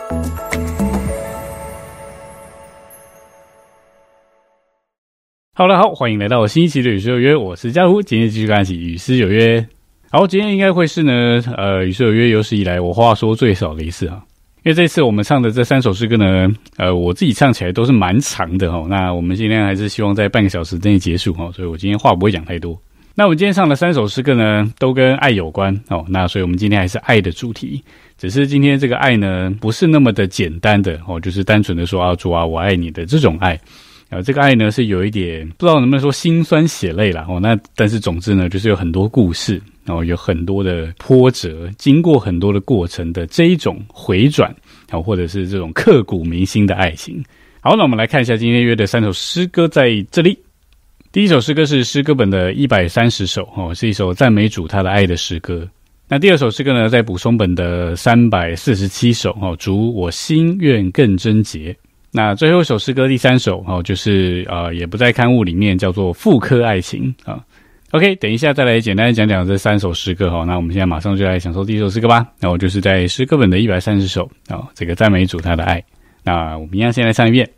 好了，好，欢迎来到新一期的与诗有约，我是家湖，今天继续跟一起与诗有约。好，今天应该会是呢，与诗有约有史以来我话说最少的一次啊，因为这次我们唱的这3首诗歌呢，我自己唱起来都是蛮长的哈，那我们尽量还是希望在半个小时之内结束哈，所以我今天话不会讲太多。那我们今天唱的3首诗歌呢，都跟爱有关哦，那所以我们今天还是爱的主题，只是今天这个爱呢，不是那么的简单的哦，就是单纯的说啊主啊我爱你的这种爱。这个爱呢是有一点不知道能不能说辛酸血泪啦哦，那但是总之呢就是有很多故事哦，有很多的波折，经过很多的过程的这一种回转哦，或者是这种刻骨铭心的爱情。好，那我们来看一下今天约的3首诗歌在这里。第一首诗歌是诗歌本的130首哦，是一首赞美主他的爱的诗歌。那第二首诗歌呢在补充本的347首哦，主我心愿更贞洁。那最后一首诗歌第3首哦，就是也不在刊物里面，叫做复刻爱情啊。OK， 等一下再来简单讲讲这3首诗歌哈。那我们现在马上就来享受第一首诗歌吧。那我就是在诗歌本的130首啊，这个赞美主他的爱。那我们一样先来唱一遍。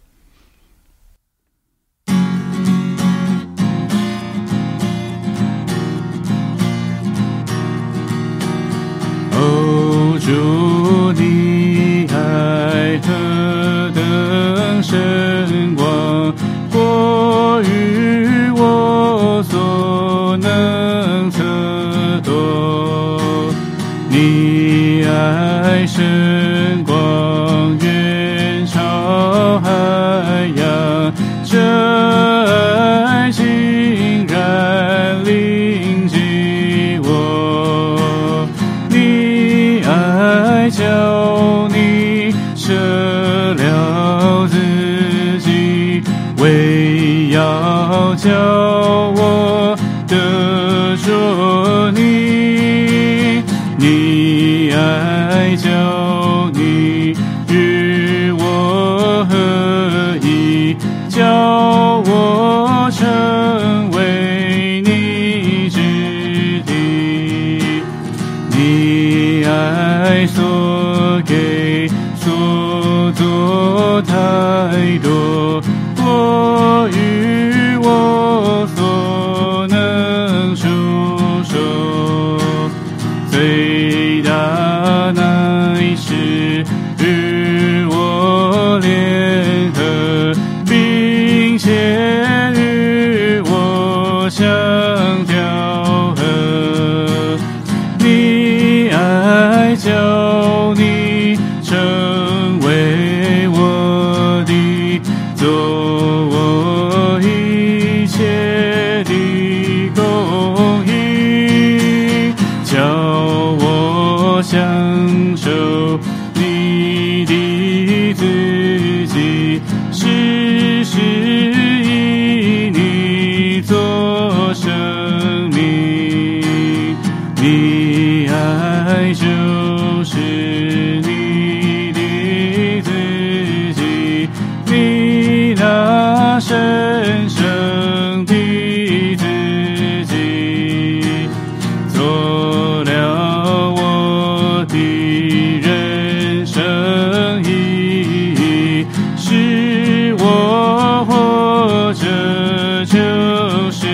哦，主你爱何等深广，过于我所能测度。你爱深广远超海洋，这爱竟然临及我。你爱叫你舍了自己，为要叫我得着你。你爱叫你与我合一，叫我成为你肢体。你爱所给所做太多，过于我所能述说。最大乃是与我联合，并且与我相调和。你爱叫你成为我的，做我一切的供应，叫我享受你的自己，时时以你做生命。你爱就是你的自己，你那神圣的自己，做了我的人生意义，使我活着就是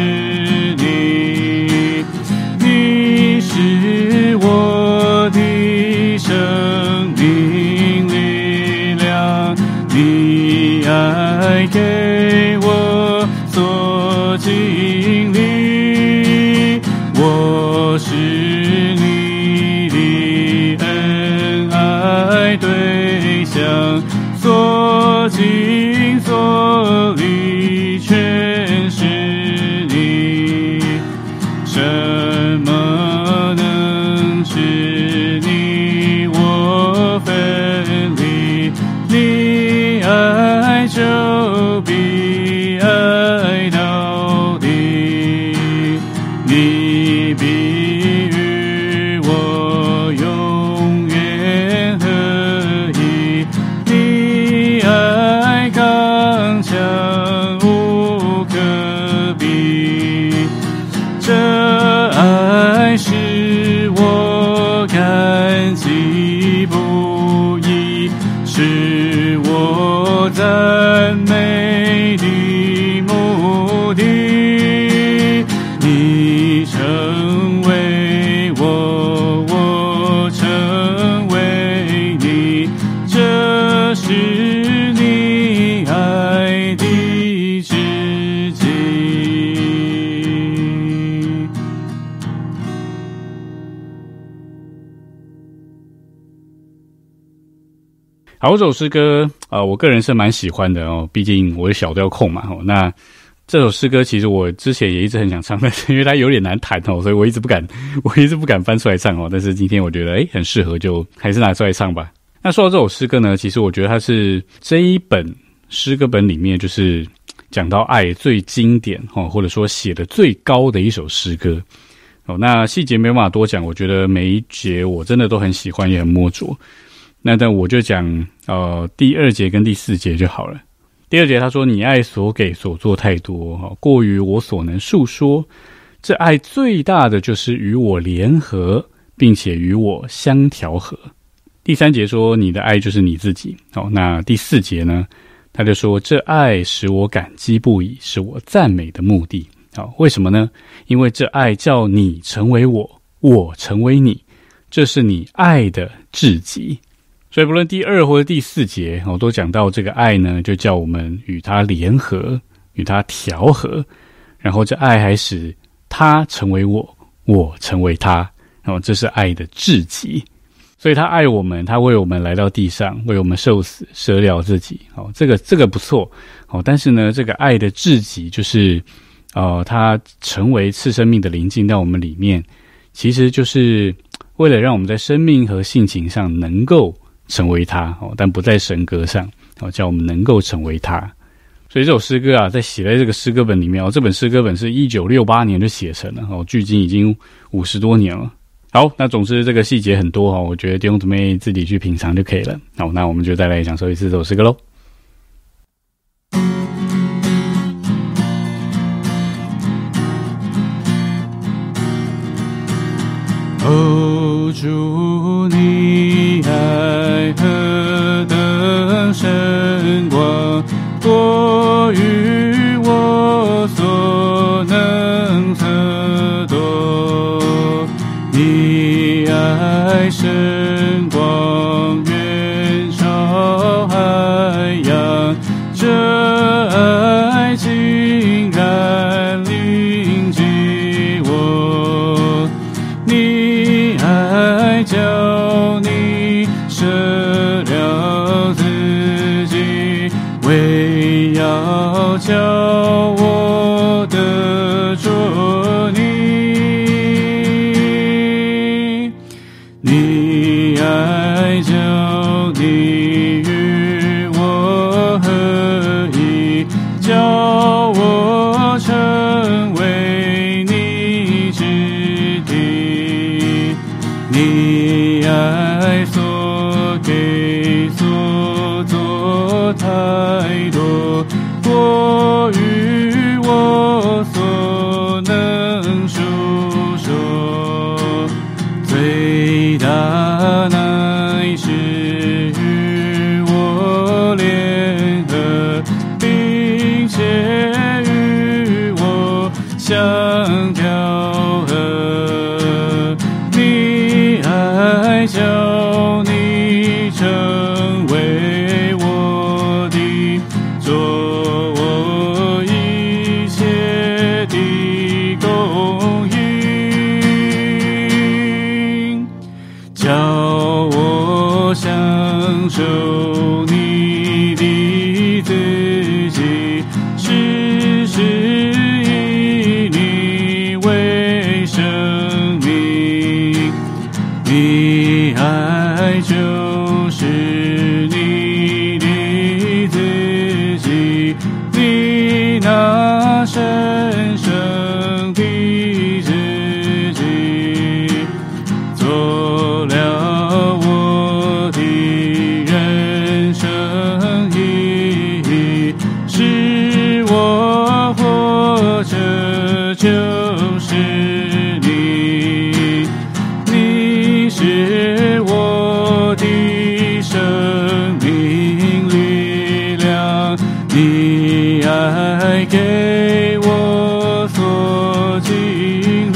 你。你是我的生命力量，你爱给我所经历，我是你的恩爱对象，所经所历全是你。什么能使你我分离？你爱就必爱到底，你必与我永远合一。你爱刚强无可比，这爱使我感激不已， 好，这首诗歌我个人是蛮喜欢的哦，毕竟我是小调控嘛哦。那这首诗歌其实我之前也一直很想唱，但是因为它有点难弹哦，所以我一直不敢翻出来唱哦。但是今天我觉得很适合，就还是拿出来唱吧。那说到这首诗歌呢，其实我觉得它是这一本诗歌本里面就是讲到爱最经典哦，或者说写的最高的一首诗歌哦。那细节没办法多讲，我觉得每一节我真的都很喜欢，也很摸着。那但我就讲第2节跟第4节就好了。第2节他说：“你爱所给所做太多，过于我所能述说。这爱最大的就是与我联合，并且与我相调和。”第3节说：“你的爱就是你自己。”那第4节呢，他就说：“这爱使我感激不已，是我赞美的目的。”为什么呢？因为这爱叫你成为我，我成为你，这是你爱的至极。所以不论第2或者第4节都讲到这个爱呢，就叫我们与他联合，与他调和，然后这爱还使他成为我，我成为他，这是爱的至极。所以他爱我们，他为我们来到地上，为我们受死，舍了自己。这个不错。但是呢，这个爱的至极就是他成为赐生命的灵进到我们里面，其实就是为了让我们在生命和性情上能够成为他，但不在神格上，叫我们能够成为他。所以这首诗歌啊，在写在这个诗歌本里面这本诗歌本是1968年就写成了距今已经50多年了。好，那总之这个细节很多我觉得弟兄姊妹自己去品尝就可以了。好，那我们就再来享受一次这首诗歌咯。哦，主，你爱何等深广，过于我所能测度。你爱深广远超海洋，这爱竟然临及我。你爱叫你舍了自己，为要叫我得着你。你爱叫你与我合一，叫我成为你肢体。你爱所给所做太多，过于我所能述说。最大乃是与我联合，并且与我相调和。你爱叫你成为我的，做我一切的供应，叫我享受你的自己，时时以你为生命。你爱就是你的自己，你那神圣的自己，做了我的人生意义，使我活着就是你。你是我的生命力量，你爱给我所经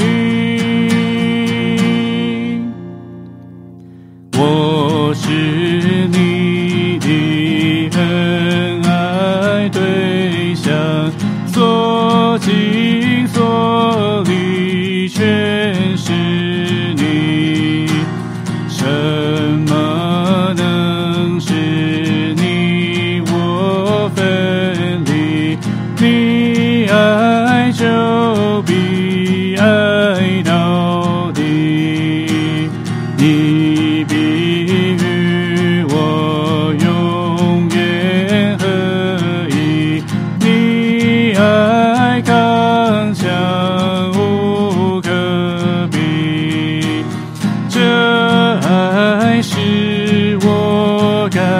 历。我是你的恩爱对象，所经所历全是你。什么能使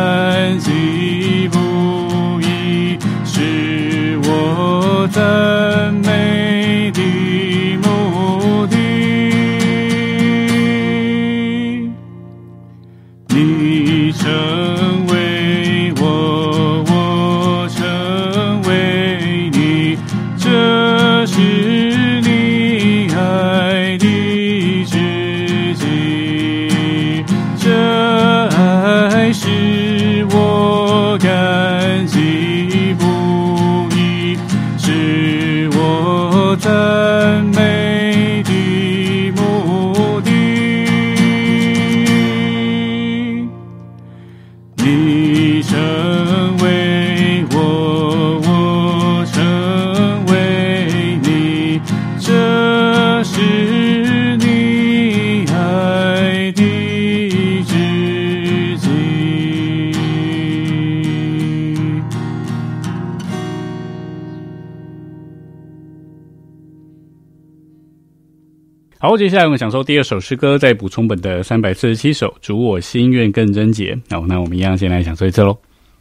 感激不已，是我赞美的目的。你成为我，我成为你，这是你爱的知己，这爱使我感激不已，是我赞美的目的。你成为我，我成为你，这是你爱的知己。好，接下来我们享受第二首诗歌，在补充本的347首，主我心愿更贞洁。好，那我们一样先来享受一次咯。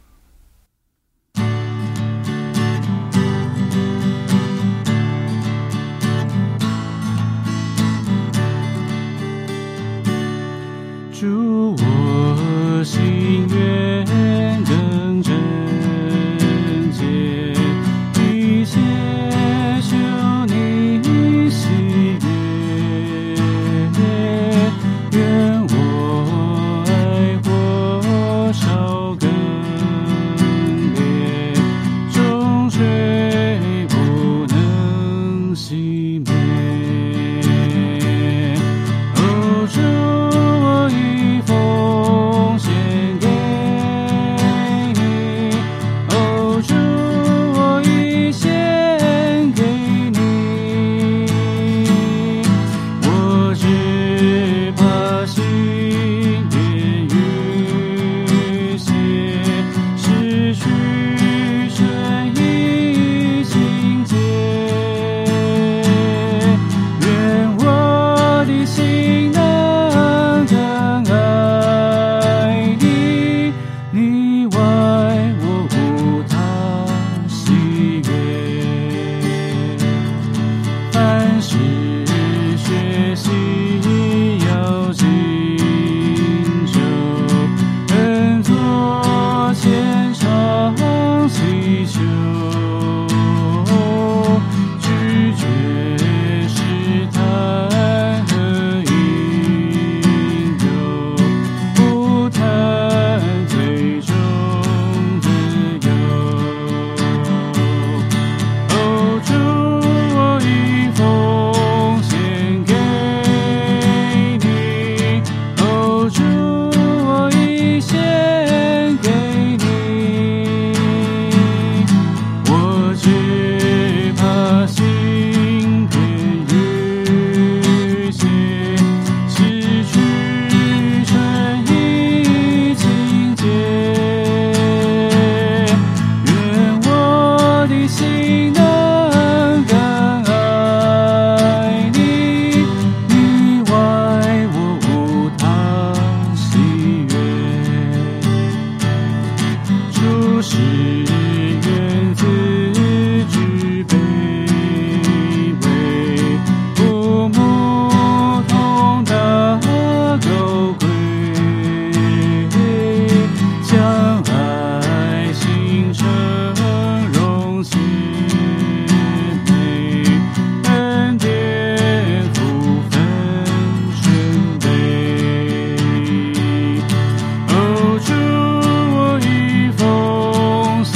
主我心愿更贞洁，一切求你喜悦，愿我爱火烧更烈，终水不能熄灭。哦，主我已奉献给你，哦，主我已献给你，我只怕心变雨歇，失去纯一境界，愿我的心能更爱你，你外我无他喜悦，凡事学习要谨守，恩作虔诚祈求，拒绝试探和引诱，不贪最终的有。哦，主我已奉献给你，哦，主我已献给你，我只怕心变雨歇，失去纯一境界，愿我的心能更爱你，你外我无他喜悦，主是愿自居卑微，不目同大狗贵，将爱心诚容谦卑，恩典福分顺杯。哦，主我已奉献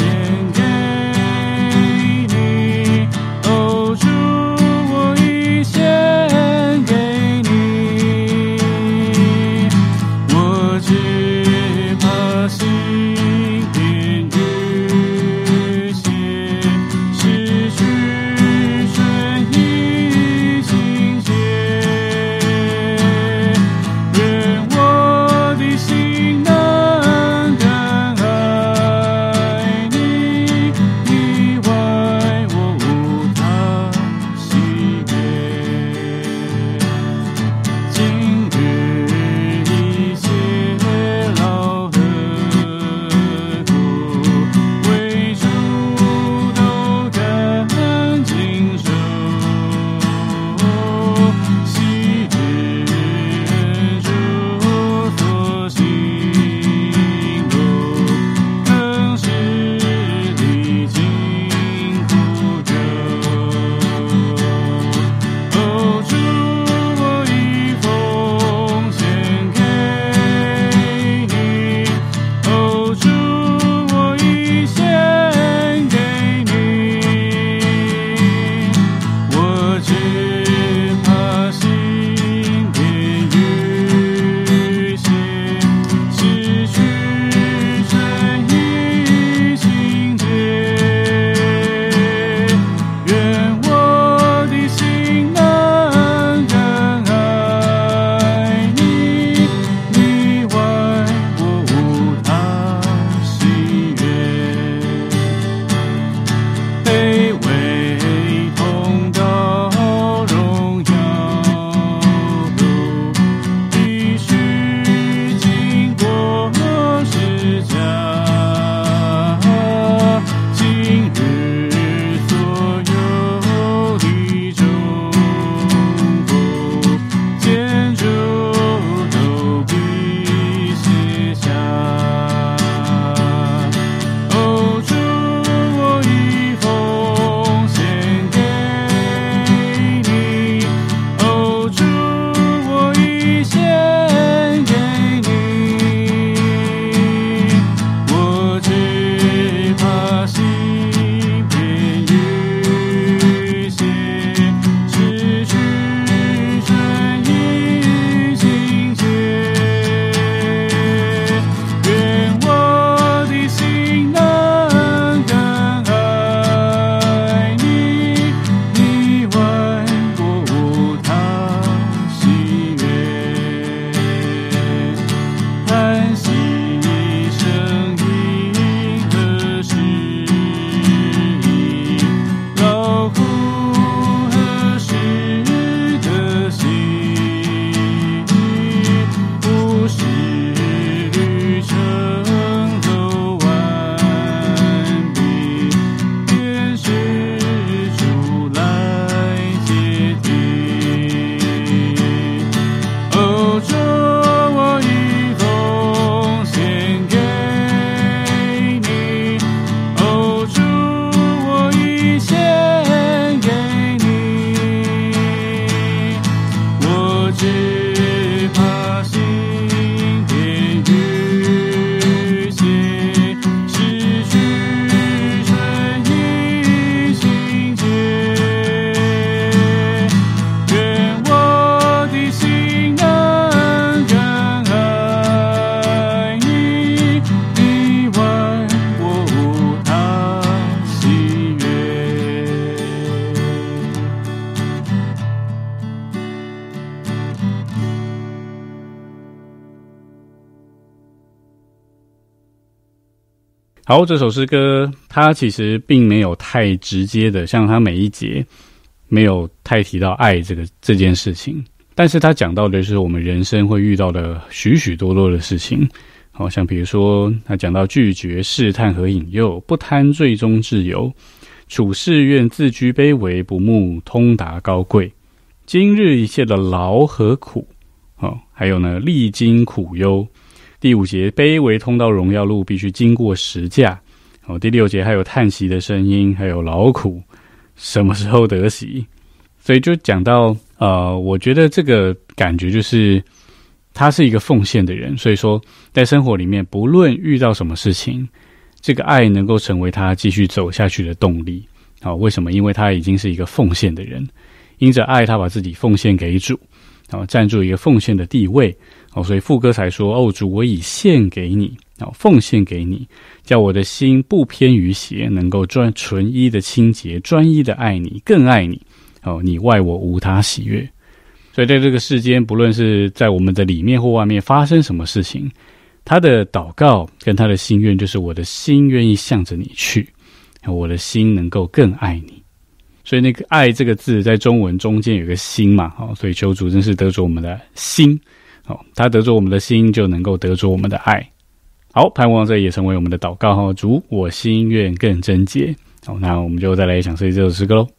好，这首诗歌它其实并没有太直接的，像它每一节没有太提到爱这件事情，但是它讲到的是我们人生会遇到的许许多多的事情。好，像比如说他讲到拒绝试探和引诱，不贪最终自由，处事愿自居卑微，不慕通达高贵，今日一切的劳和苦。还有呢，历经苦忧。第5节，卑微通到荣耀路，必须经过十架。第6节还有叹息的声音，还有劳苦，什么时候得喜？所以就讲到我觉得这个感觉就是他是一个奉献的人，所以说在生活里面不论遇到什么事情，这个爱能够成为他继续走下去的动力。为什么？因为他已经是一个奉献的人，因着爱他把自己奉献给主，站住一个奉献的地位。所以副歌才说，主，我已献给你，奉献给你，叫我的心不偏于邪，能够纯一的清洁，专一的爱你，更爱你。你外我无他喜悦。所以在这个世间，不论是在我们的里面或外面发生什么事情，他的祷告跟他的心愿就是我的心愿意向着你去，我的心能够更爱你。所以那个爱这个字在中文中间有个心嘛，所以求主真是得着我们的心，他得着我们的心就能够得着我们的爱。好，盼望这也成为我们的祷告，主，我心愿更贞洁。好，那我们就再来享受这首诗歌咯。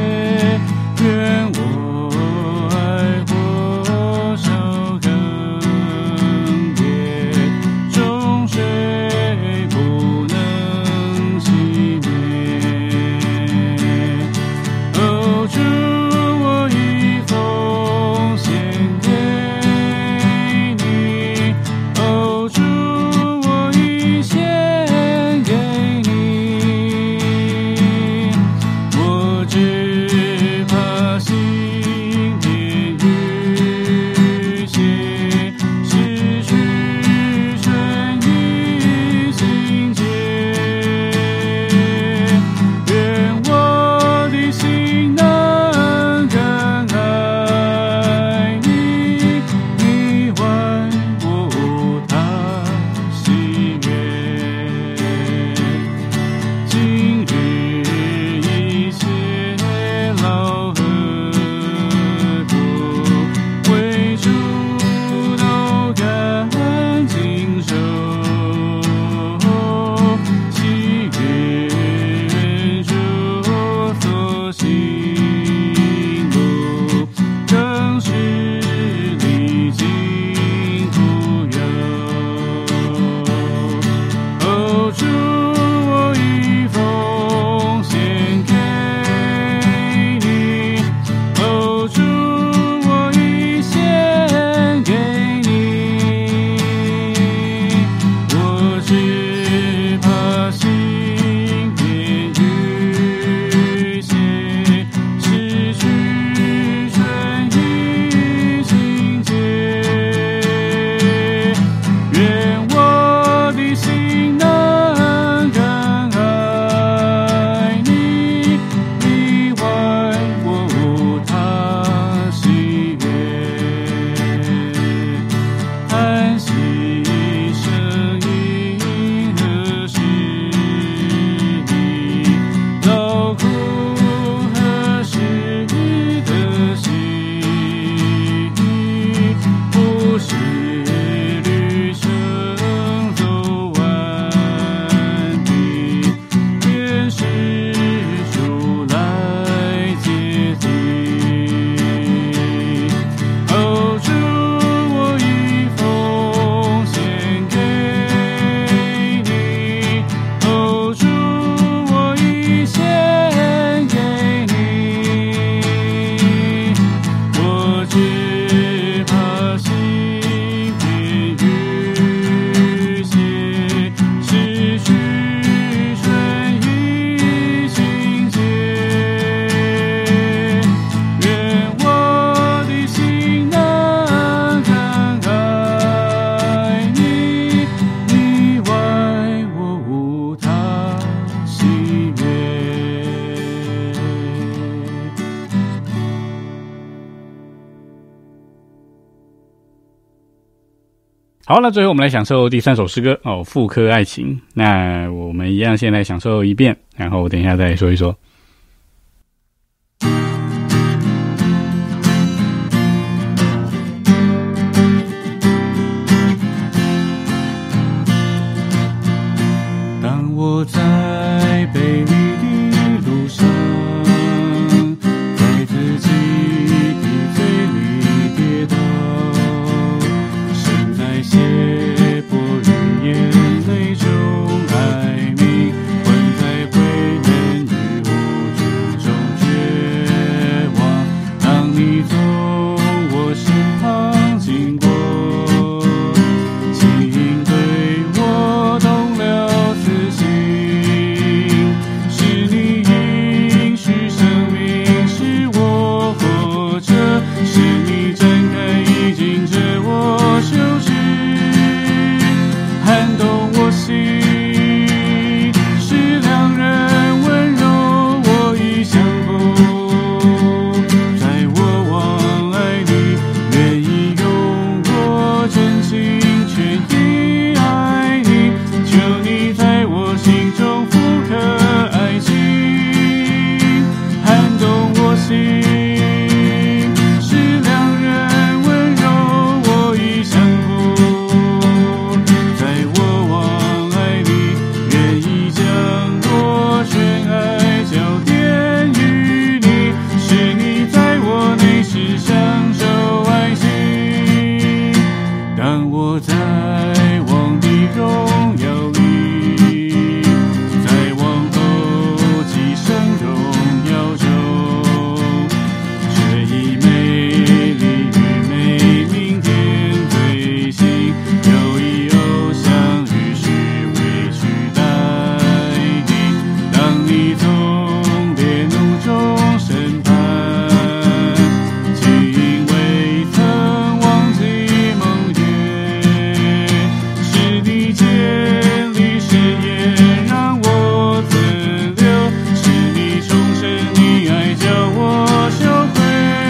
愿我爱火烧更好，那最后我们来享受第3首诗歌哦，复刻爱情。那我们一样先来享受一遍，然后我等一下再说一说。 当我在背离的路上，在自己的嘴里跌倒，身在血泊与眼泪中哀鸣，混在灰暗与无助中绝望。当你从我身旁经过，请对我动了慈心，是你应许生命使我活着，是你展开已经着我羞耻，撼动我心，是两人温柔我已相逢，在我往爱里愿意用我真心全意爱你，求你在我心中复刻爱情，撼动我心，是两人温柔我已相逢，在我往爱里愿意将我全爱交奠于你，是你在我内心享受爱情。当我在望的荣耀里，在往后几生荣耀中，却以美丽与美明天最新，又以偶像与虚伪取代你。当你从烈怒中审判，竟未曾忘记盟约，是你建立誓言让我存留，是你重生你爱叫我羞愧，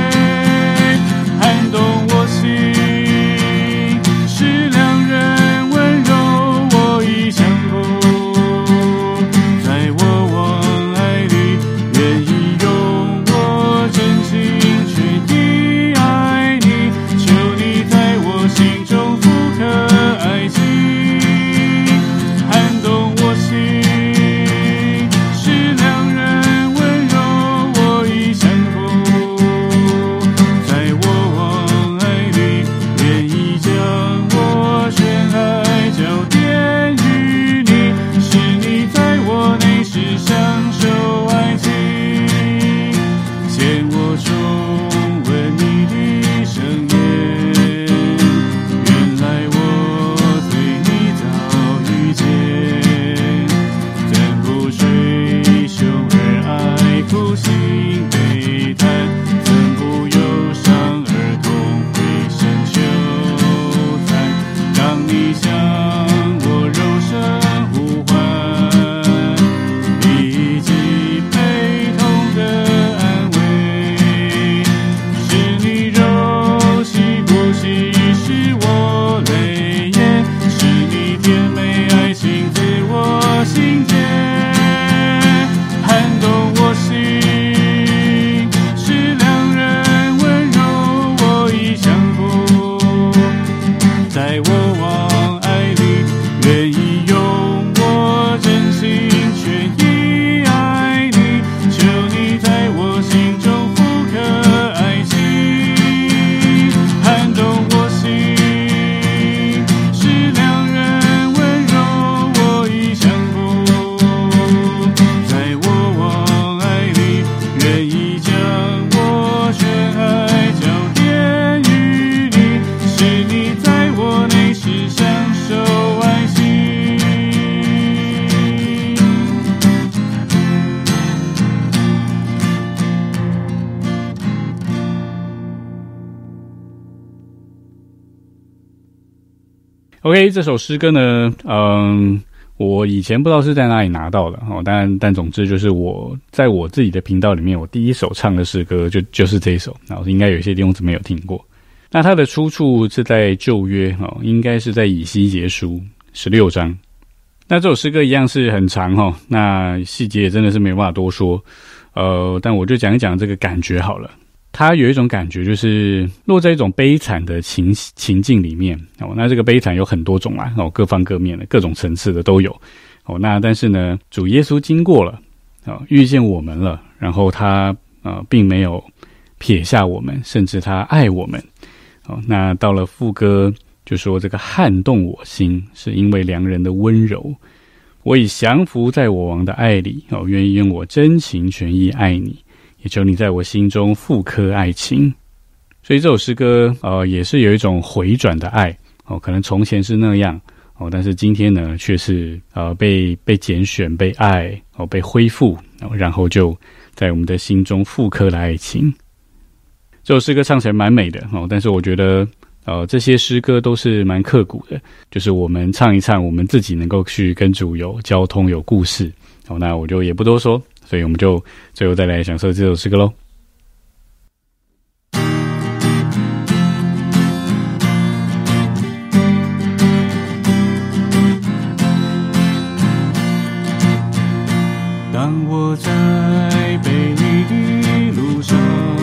撼动我心，是两人温柔我已相逢，在我往爱里愿意用我真心全意爱你，求你在我心中复刻爱情，撼动我心，是两人温柔我已相逢，在我往爱里愿意将我全爱交奠于你，是你在我内心享受爱情，牵我重温你的声言，原来我对你早遇见，怎不捶胸而爱哭心悲叹，怎不忧伤而痛回声羞惭，当你向我柔声呼唤，以及悲痛的安慰，是你柔细呼吸是我泪眼，是你甜美爱情自我心间，撼动我心，是两人温柔我已相逢，在我往爱里愿意用我真心全意爱你，求你在我心中复刻爱情，撼动我心，是两人温柔我已相逢，在我往爱里愿意将我全爱交奠于你，是你在我内心享受爱情。 OK， 这首诗歌呢，我以前不知道是在哪里拿到的哦，但总之就是我在我自己的频道里面，我第一首唱的诗歌就是这一首，然后应该有一些弟兄姊妹有听过。 那它的出处是在旧约应该是在以西结书16章。那这首诗歌一样是很长那细节也真的是没办法多说，但我就讲一讲这个感觉好了。它有一种感觉，就是落在一种悲惨的情境里面那这个悲惨有很多种啦各方各面的各种层次的都有那但是呢，主耶稣经过了遇见我们了，然后他并没有撇下我们，甚至他爱我们那到了副歌就说这个撼动我心，是因为良人的温柔，我已降服在我王的爱里愿意用我真情全意爱你，也求你在我心中复刻爱情。所以这首诗歌也是有一种回转的爱可能从前是那样但是今天呢却是被拣选，被爱被恢复然后就在我们的心中复刻了爱情。这首诗歌唱起来蛮美的但是我觉得这些诗歌都是蛮刻骨的，就是我们唱一唱，我们自己能够去跟主有交通有故事那我就也不多说，所以我们就最后再来享受这首诗歌咯。 当我在背你的路上，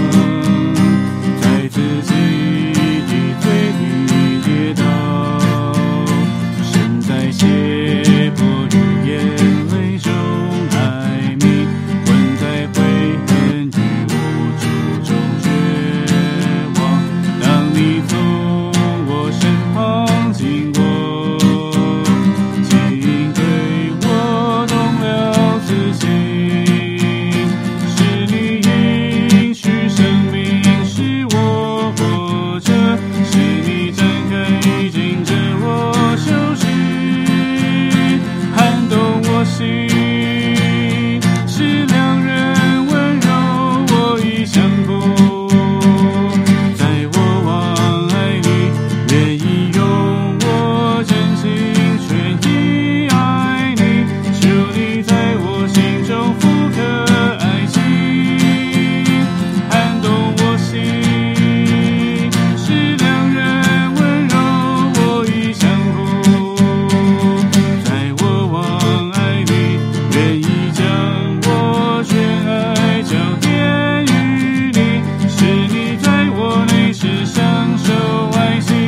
在自己的嘴里跌倒，身在血泊与眼泪中哀鸣，混在悔恨与无助中绝望。当你从我身旁经过，请对我动了慈心，是你应许生命使我活着，是你展开紧着我手心，撼动我心，是良人温柔我已降服，在我往爱里愿意用我真心全意爱你，求你在我心中复刻爱情，撼动我心，是良人温柔我已降服，在我往爱里愿意将我全爱交给予你，是你在我内是享受爱情。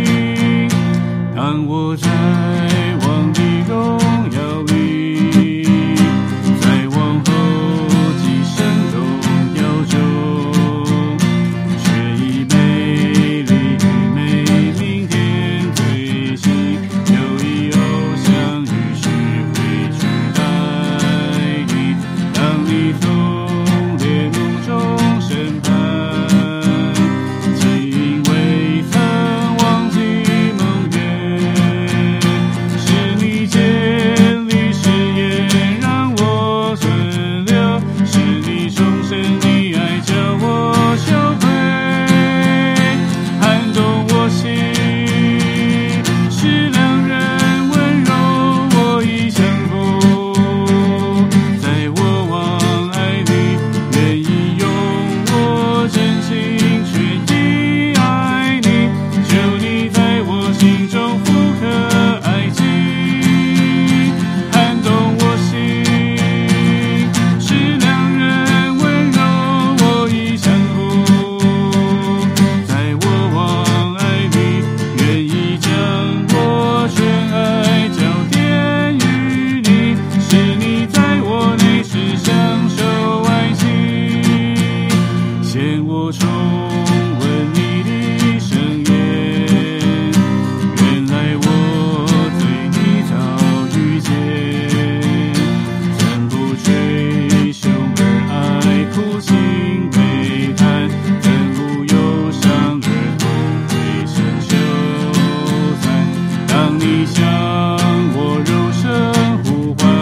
当我在王的荣耀里，在王后极深荣耀中，却以美丽与美名点缀心，有一偶像于是会取代你。当你从烈怒中审判，竟未曾忘记盟约，是你建立誓言让我存留，是你终身的爱叫我羞愧，撼动我心，是良人温柔我已降服，在我往爱里愿意用我真情全意爱你，求你在我心中复刻爱情，撼动我心，是良人温柔我已降服，在我往爱里愿意将我全爱交点于你，是你在我内是享受爱情，嫌我重温你的声言，原来我对你早遇见，怎不捶胸而爱哭心悲叹，怎不忧伤而痛会生羞惭，当你向我柔声呼唤，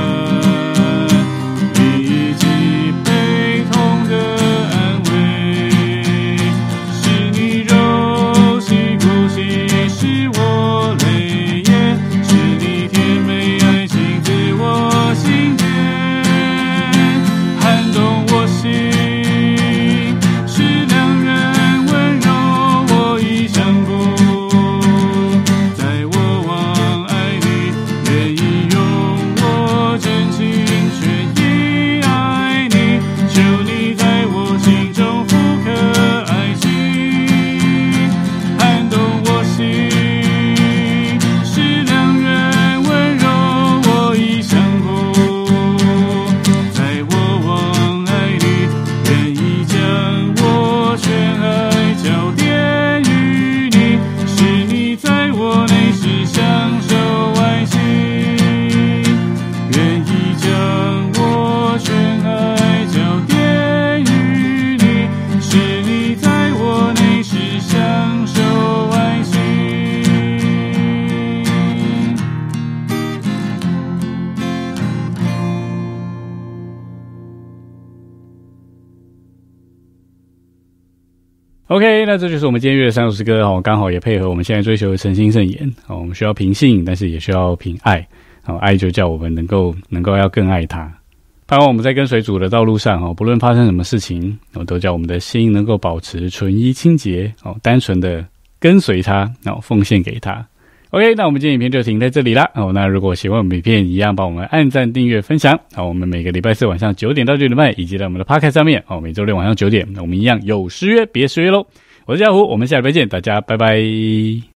以及悲痛的安慰， OK， 那这就是我们今天约的3首诗歌哦，刚好也配合我们现在追求的诚心圣言哦。我们需要凭信，但是也需要凭爱哦。爱就叫我们能够要更爱他。盼望我们在跟随主的道路上哦，不论发生什么事情哦，都叫我们的心能够保持纯一清洁哦，单纯的跟随他哦，奉献给他。OK， 那我们今天影片就停在这里啦哦。那如果喜欢我们影片，一样帮我们按赞、订阅、分享哦。我们每个礼拜四晚上9点到9点半，以及在我们的 Podcast 上面哦，每周六晚上9点，我们一样有诗约，别失约喽。我是家湖，我们下礼拜见，大家拜拜。